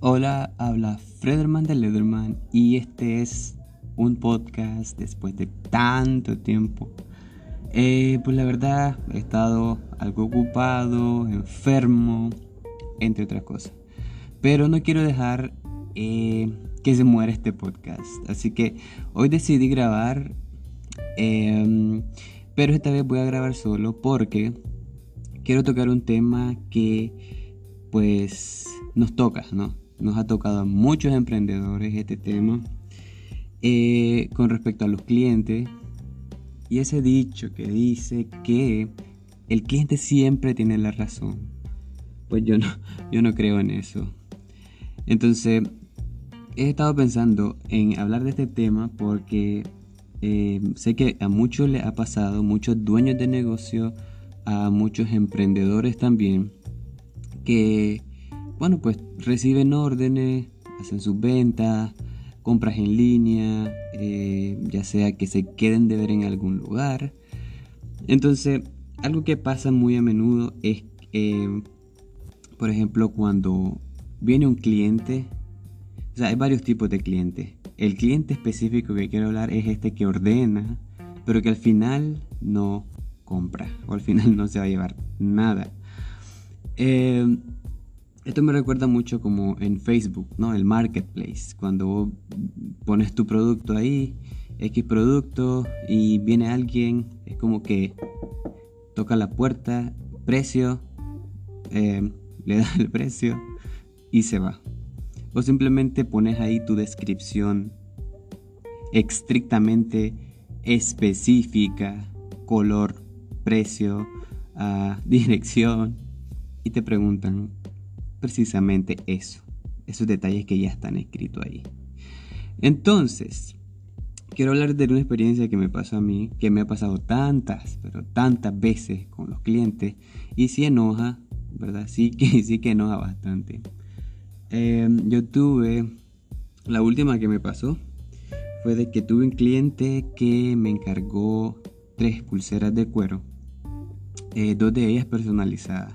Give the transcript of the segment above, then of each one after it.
Hola, habla Frederman de Lederman y este es un podcast después de tanto tiempo. Pues la verdad he estado algo ocupado, enfermo, entre otras cosas. Pero no quiero dejar que se muera este podcast. Así que hoy decidí grabar, pero esta vez voy a grabar solo porque quiero tocar un tema que pues nos toca, ¿no? Nos ha tocado a muchos emprendedores este tema con respecto a los clientes y ese dicho que dice que el cliente siempre tiene la razón. Pues yo no creo en eso. Entonces he estado pensando en hablar de este tema porque sé que a muchos les ha pasado, muchos dueños de negocio, a muchos emprendedores también, que bueno, pues reciben órdenes, hacen sus ventas, compras en línea, ya sea que se queden de ver en algún lugar. Entonces, algo que pasa muy a menudo es, por ejemplo, cuando viene un cliente, o sea, hay varios tipos de clientes. El cliente específico que quiero hablar es este que ordena, pero que al final no compra, o al final no se va a llevar nada. Esto me recuerda mucho como en Facebook, ¿no? El marketplace, cuando vos pones tu producto ahí, X producto, y viene alguien, es como que toca la puerta, precio, le da el precio y se va. O simplemente pones ahí tu descripción estrictamente específica, color, precio, dirección, y te preguntan precisamente eso, esos detalles que ya están escritos ahí. Entonces, quiero hablar de una experiencia que me pasó a mí, que me ha pasado tantas veces con los clientes, y sí enoja, ¿verdad? Sí que enoja bastante. Yo tuve, la última que me pasó fue de que tuve un cliente que me encargó 3 pulseras de cuero, 2 de ellas personalizadas.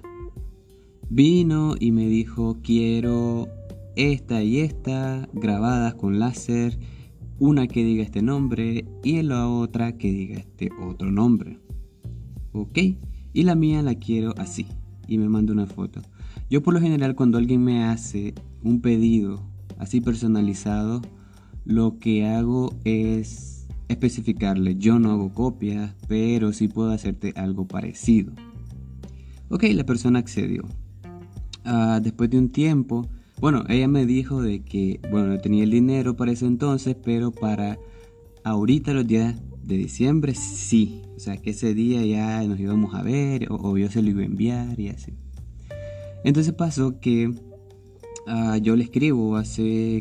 Vino y me dijo: quiero esta y esta grabadas con láser, una que diga este nombre y la otra que diga este otro nombre. Ok, y la mía la quiero así, y me manda una foto. Yo por lo general, cuando alguien me hace un pedido así personalizado, lo que hago es especificarle: yo no hago copias, pero sí puedo hacerte algo parecido. Ok, la persona accedió. Después de un tiempo, bueno, ella me dijo de que, bueno, no tenía el dinero para ese entonces, pero para ahorita los días de diciembre sí. O sea, que ese día ya nos íbamos a ver, o yo se lo iba a enviar y así. Entonces pasó que yo le escribo hace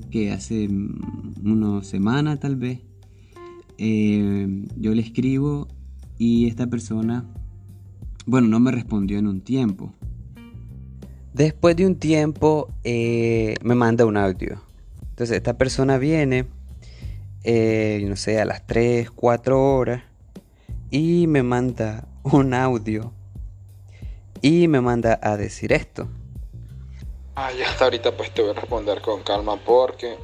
una semana tal vez. Yo le escribo y esta persona, bueno, no me respondió en un tiempo. Después de un tiempo me manda un audio. Entonces esta persona viene, no sé, a las 3, 4 horas y me manda un audio y me manda a decir esto. Ya hasta ahorita pues te voy a responder con calma porque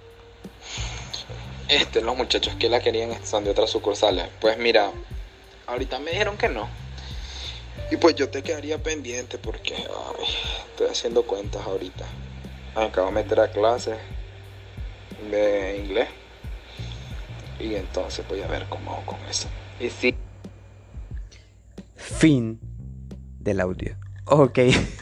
los muchachos que la querían son de otras sucursales. Pues mira, ahorita me dijeron que no. Y pues yo te quedaría pendiente porque estoy haciendo cuentas ahorita. Me acabo de meter a clases de inglés. Y entonces voy a ver cómo hago con eso. Y sí. Fin del audio. Ok.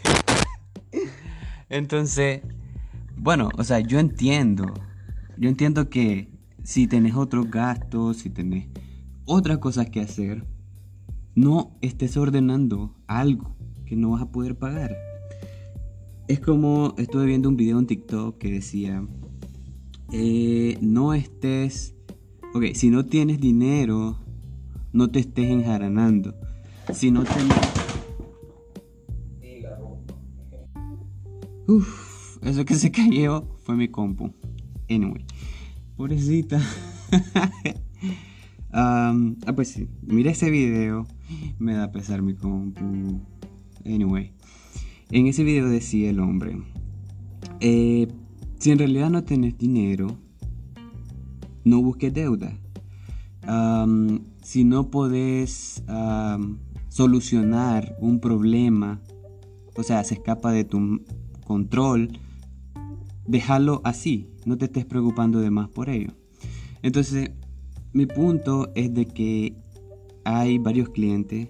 Entonces, bueno, o sea, yo entiendo que si tenés otros gastos, si tenés otras cosas que hacer, no estés ordenando algo que no vas a poder pagar. Es como estuve viendo un video en TikTok que decía, no estés, ok, si no tienes dinero, no te estés enjaranando. Si no tenés... Eso que se cayó fue mi compu. Anyway, pobrecita. Pues sí, miré ese video, me da pesar mi compu. Anyway, en ese video decía el hombre, Si en realidad no tenés dinero, no busques deuda. Si no podés solucionar un problema, o sea, se escapa de tu control, déjalo así, no te estés preocupando de más por ello. Entonces, mi punto es de que hay varios clientes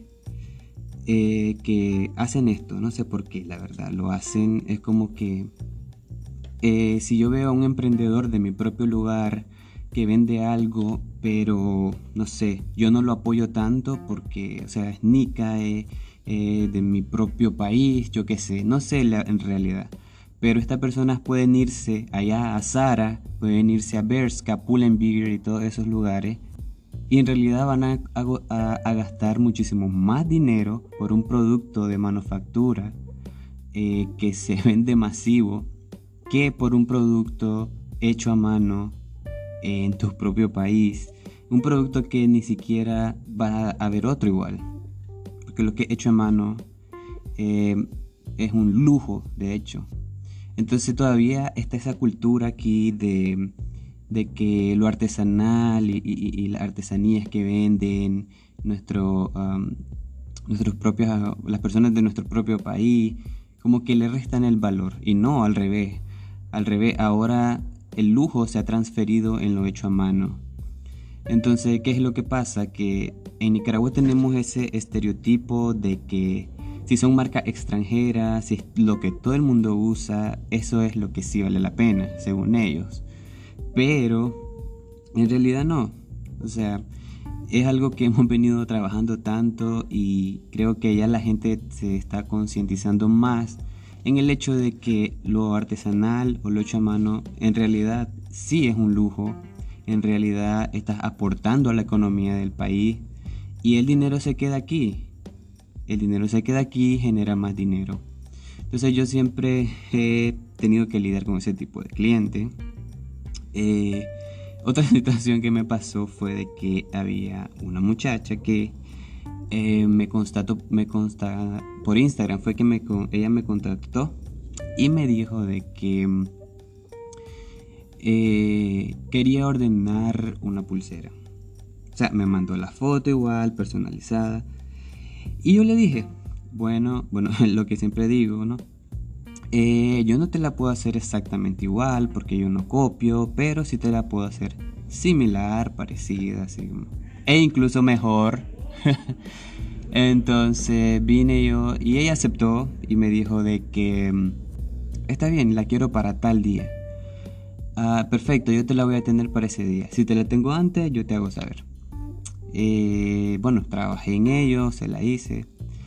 que hacen esto, no sé por qué, la verdad, lo hacen, es como que si yo veo a un emprendedor de mi propio lugar que vende algo, pero no sé, yo no lo apoyo tanto porque, o sea, es nica, de mi propio país, yo qué sé, no sé en realidad. Pero estas personas pueden irse allá a Zara, pueden irse a Bershka, Pull&Bear y todos esos lugares, y en realidad van a gastar muchísimo más dinero por un producto de manufactura que se vende masivo, que por un producto hecho a mano en tu propio país, un producto que ni siquiera va a haber otro igual, porque lo que es hecho a mano es un lujo, de hecho. Entonces todavía está esa cultura aquí de que lo artesanal y las artesanías que venden las personas de nuestro propio país, como que le restan el valor, y no al revés. Al revés, ahora el lujo se ha transferido en lo hecho a mano. Entonces, ¿qué es lo que pasa? Que en Nicaragua tenemos ese estereotipo de que si son marcas extranjeras, si es lo que todo el mundo usa, eso es lo que sí vale la pena, según ellos. Pero en realidad no. O sea, es algo que hemos venido trabajando tanto y creo que ya la gente se está concientizando más en el hecho de que lo artesanal o lo hecho a mano en realidad sí es un lujo. En realidad estás aportando a la economía del país y el dinero se queda aquí. El dinero se queda aquí y genera más dinero. Entonces yo siempre he tenido que lidiar con ese tipo de cliente. Otra situación que me pasó fue de que había una muchacha que me consta por Instagram, fue que ella me contactó y me dijo de que quería ordenar una pulsera. O sea, me mandó la foto igual, personalizada. Y yo le dije, bueno, lo que siempre digo, ¿no? Yo no te la puedo hacer exactamente igual porque yo no copio, pero sí te la puedo hacer similar, parecida, así, e incluso mejor. Entonces vine yo y ella aceptó y me dijo de que está bien, la quiero para tal día. Perfecto, yo te la voy a tener para ese día. Si te la tengo antes, yo te hago saber. Bueno, trabajé en ello, se la hice.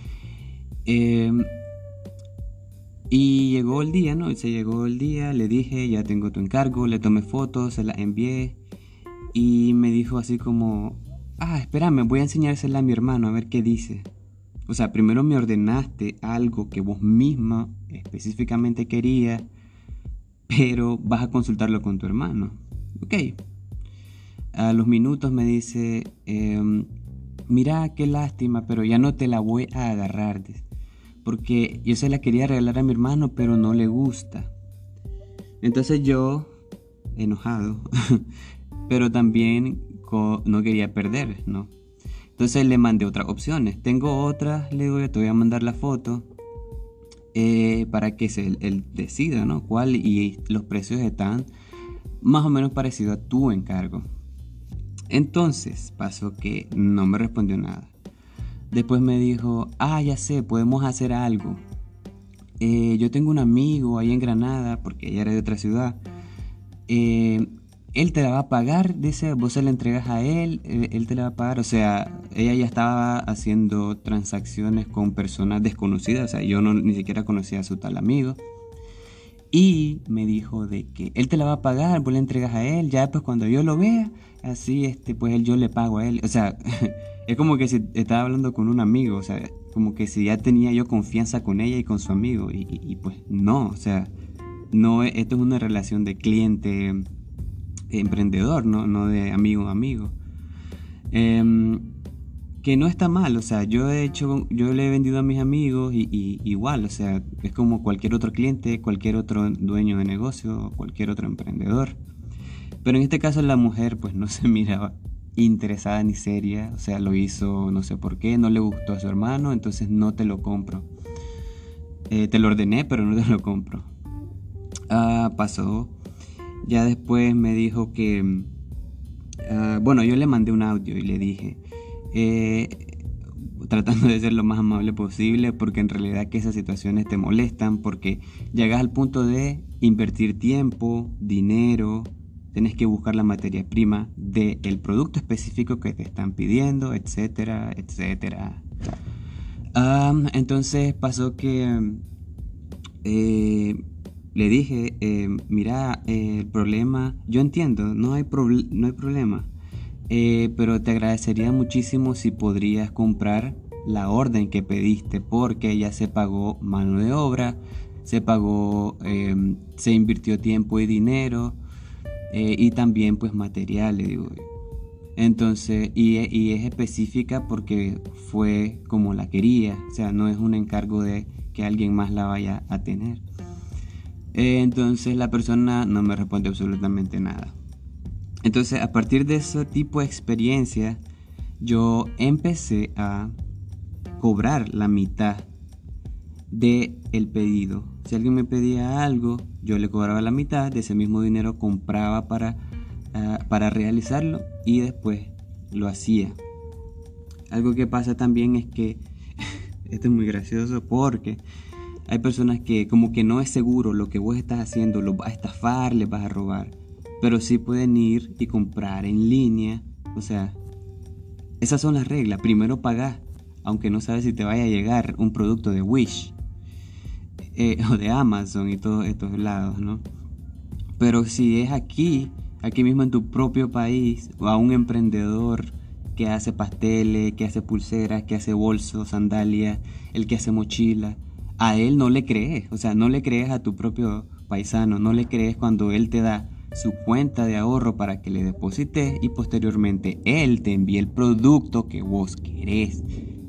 Y llegó el día, ¿no? Se llegó el día, le dije, ya tengo tu encargo, le tomé fotos, se la envié. Y me dijo así como, espérame, voy a enseñársela a mi hermano a ver qué dice. O sea, primero me ordenaste algo que vos misma específicamente querías, pero vas a consultarlo con tu hermano. Ok. A los minutos me dice, mira, qué lástima, pero ya no te la voy a agarrar, porque yo se la quería regalar a mi hermano, pero no le gusta. Entonces yo, enojado, pero también no quería perder, ¿no? Entonces le mandé otras opciones. Tengo otras, le digo, yo te voy a mandar la foto para que él decida, ¿no? Cuál, y los precios están más o menos parecidos a tu encargo. Entonces pasó que no me respondió nada. Después me dijo, ya sé, podemos hacer algo. Yo tengo un amigo ahí en Granada, porque ella era de otra ciudad. Él te la va a pagar, dice, vos se la entregas a él, él te la va a pagar. O sea, ella ya estaba haciendo transacciones con personas desconocidas. O sea, yo ni siquiera conocía a su tal amigo. Y me dijo de que él te la va a pagar, vos la entregas a él, ya después cuando yo lo vea, así pues yo le pago a él. O sea, es como que si estaba hablando con un amigo, o sea, como que si ya tenía yo confianza con ella y con su amigo. Y pues no, o sea, no, esto es una relación de cliente emprendedor, no de amigo a amigo. ¿Qué que no está mal, o sea, yo le he vendido a mis amigos y igual, o sea, es como cualquier otro cliente, cualquier otro dueño de negocio, cualquier otro emprendedor. Pero en este caso la mujer pues no se miraba interesada ni seria, o sea, lo hizo no sé por qué, no le gustó a su hermano, entonces no te lo compro. Te lo ordené, pero no te lo compro. Pasó. Ya después me dijo que, bueno, yo le mandé un audio y le dije, tratando de ser lo más amable posible, porque en realidad que esas situaciones te molestan, porque llegas al punto de invertir tiempo, dinero, tienes que buscar la materia prima del producto específico que te están pidiendo, etcétera, etcétera. Entonces pasó que le dije, mira, el problema, yo entiendo, no hay problema, pero te agradecería muchísimo si podrías comprar la orden que pediste, porque ya se pagó mano de obra, se pagó, se invirtió tiempo y dinero, y también pues material, le digo. Entonces, y es específica porque fue como la quería, o sea, no es un encargo de que alguien más la vaya a tener. Entonces la persona no me responde absolutamente nada. Entonces, a partir de ese tipo de experiencia, yo empecé a cobrar la mitad del pedido. Si alguien me pedía algo, yo le cobraba la mitad, de ese mismo dinero compraba para realizarlo y después lo hacía. Algo que pasa también es que esto es muy gracioso porque hay personas que como que no es seguro lo que vos estás haciendo, los vas a estafar, les vas a robar, pero sí pueden ir y comprar en línea. O sea, esas son las reglas. Primero pagás, aunque no sabes si te vaya a llegar un producto de Wish o de Amazon y todos estos lados, ¿no? Pero si es aquí mismo en tu propio país, o a un emprendedor que hace pasteles, que hace pulseras, que hace bolsos, sandalias, el que hace mochila, a él no le crees, o sea, no le crees a tu propio paisano, no le crees cuando él te da su cuenta de ahorro para que le deposites y posteriormente él te envía el producto que vos querés.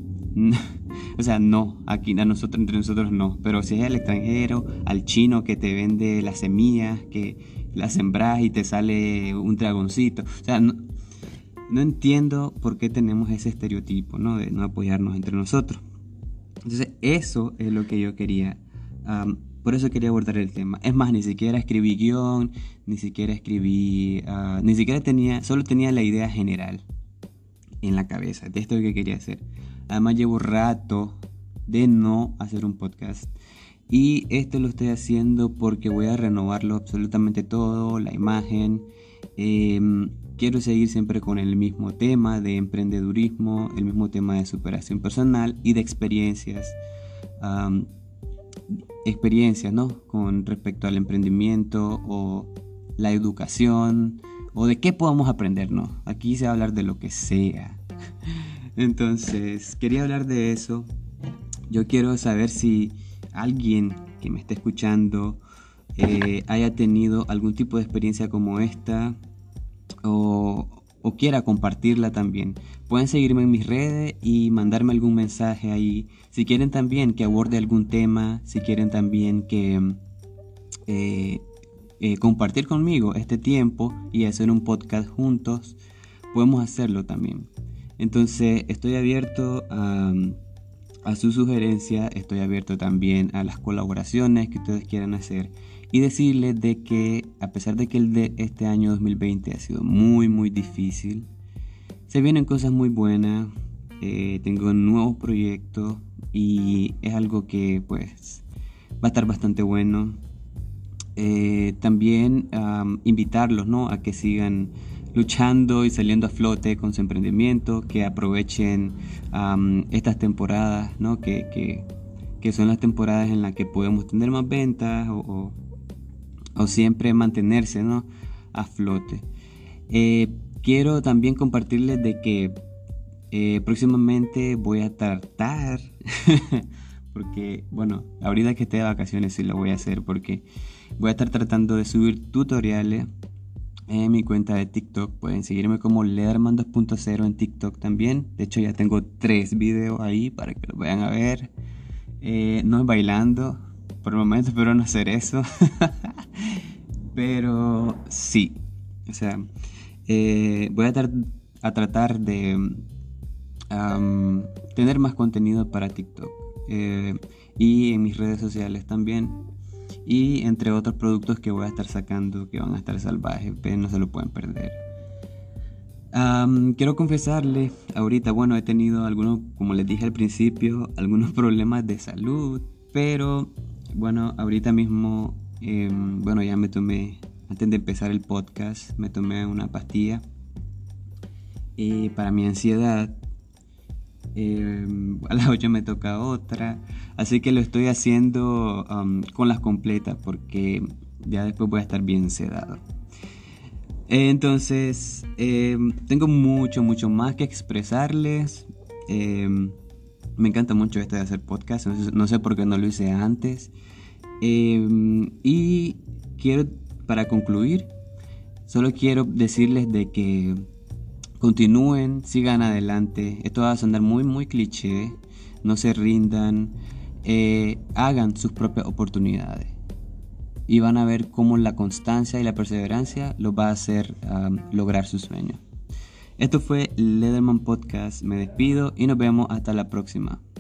O sea, no, aquí entre nosotros no, pero si es al extranjero, al chino que te vende las semillas, que las sembras y te sale un dragoncito, o sea, no entiendo por qué tenemos ese estereotipo, ¿no? De no apoyarnos entre nosotros. Entonces eso es lo que yo quería, por eso quería abordar el tema. Es más, ni siquiera escribí guión, ni siquiera solo tenía la idea general en la cabeza de esto que quería hacer. Además llevo rato de no hacer un podcast y esto lo estoy haciendo porque voy a renovarlo absolutamente todo, la imagen. Quiero seguir siempre con el mismo tema de emprendedurismo, el mismo tema de superación personal y de experiencias, ¿no? Con respecto al emprendimiento o la educación o de qué podamos aprender, ¿no? Aquí se va a hablar de lo que sea. Entonces, quería hablar de eso. Yo quiero saber si alguien que me esté escuchando haya tenido algún tipo de experiencia como esta o quiera compartirla también. Pueden seguirme en mis redes y mandarme algún mensaje ahí. Si quieren también que aborde algún tema, si quieren también que compartir conmigo este tiempo y hacer un podcast juntos, podemos hacerlo también. Entonces estoy abierto a sus sugerencias, estoy abierto también a las colaboraciones que ustedes quieran hacer y decirles de que a pesar de que el de este año 2020 ha sido muy muy difícil, se vienen cosas muy buenas, tengo nuevos proyectos y es algo que pues va a estar bastante bueno. También invitarlos, ¿no?, a que sigan luchando y saliendo a flote con su emprendimiento, que aprovechen estas temporadas, ¿no?, que son las temporadas en las que podemos tener más ventas o siempre mantenerse, ¿no?, a flote. Quiero también compartirles de que próximamente voy a tratar porque, bueno, ahorita que esté de vacaciones sí lo voy a hacer porque voy a estar tratando de subir tutoriales en mi cuenta de TikTok. Pueden seguirme como Lederman 2.0 en TikTok también. De hecho ya tengo 3 videos ahí para que los vayan a ver. No es bailando, por el momento espero no hacer eso. Pero sí, o sea, voy a tratar de tener más contenido para TikTok y en mis redes sociales también. Y entre otros productos que voy a estar sacando que van a estar salvajes, pero no se lo pueden perder. Quiero confesarles, ahorita, bueno, he tenido algunos, como les dije al principio, algunos problemas de salud, pero bueno, ahorita mismo, bueno, ya me tomé, antes de empezar el podcast, me tomé una pastilla para mi ansiedad. A las 8 me toca otra, así que lo estoy haciendo con las completas porque ya después voy a estar bien sedado. Entonces, tengo mucho más que expresarles. Me encanta mucho esto de hacer podcast, no sé por qué no lo hice antes. Y quiero, para concluir, solo quiero decirles de que continúen, sigan adelante. Esto va a sonar muy cliché. No se rindan. Hagan sus propias oportunidades. Y van a ver cómo la constancia y la perseverancia los va a hacer lograr sus sueños. Esto fue Lederman Podcast. Me despido y nos vemos hasta la próxima.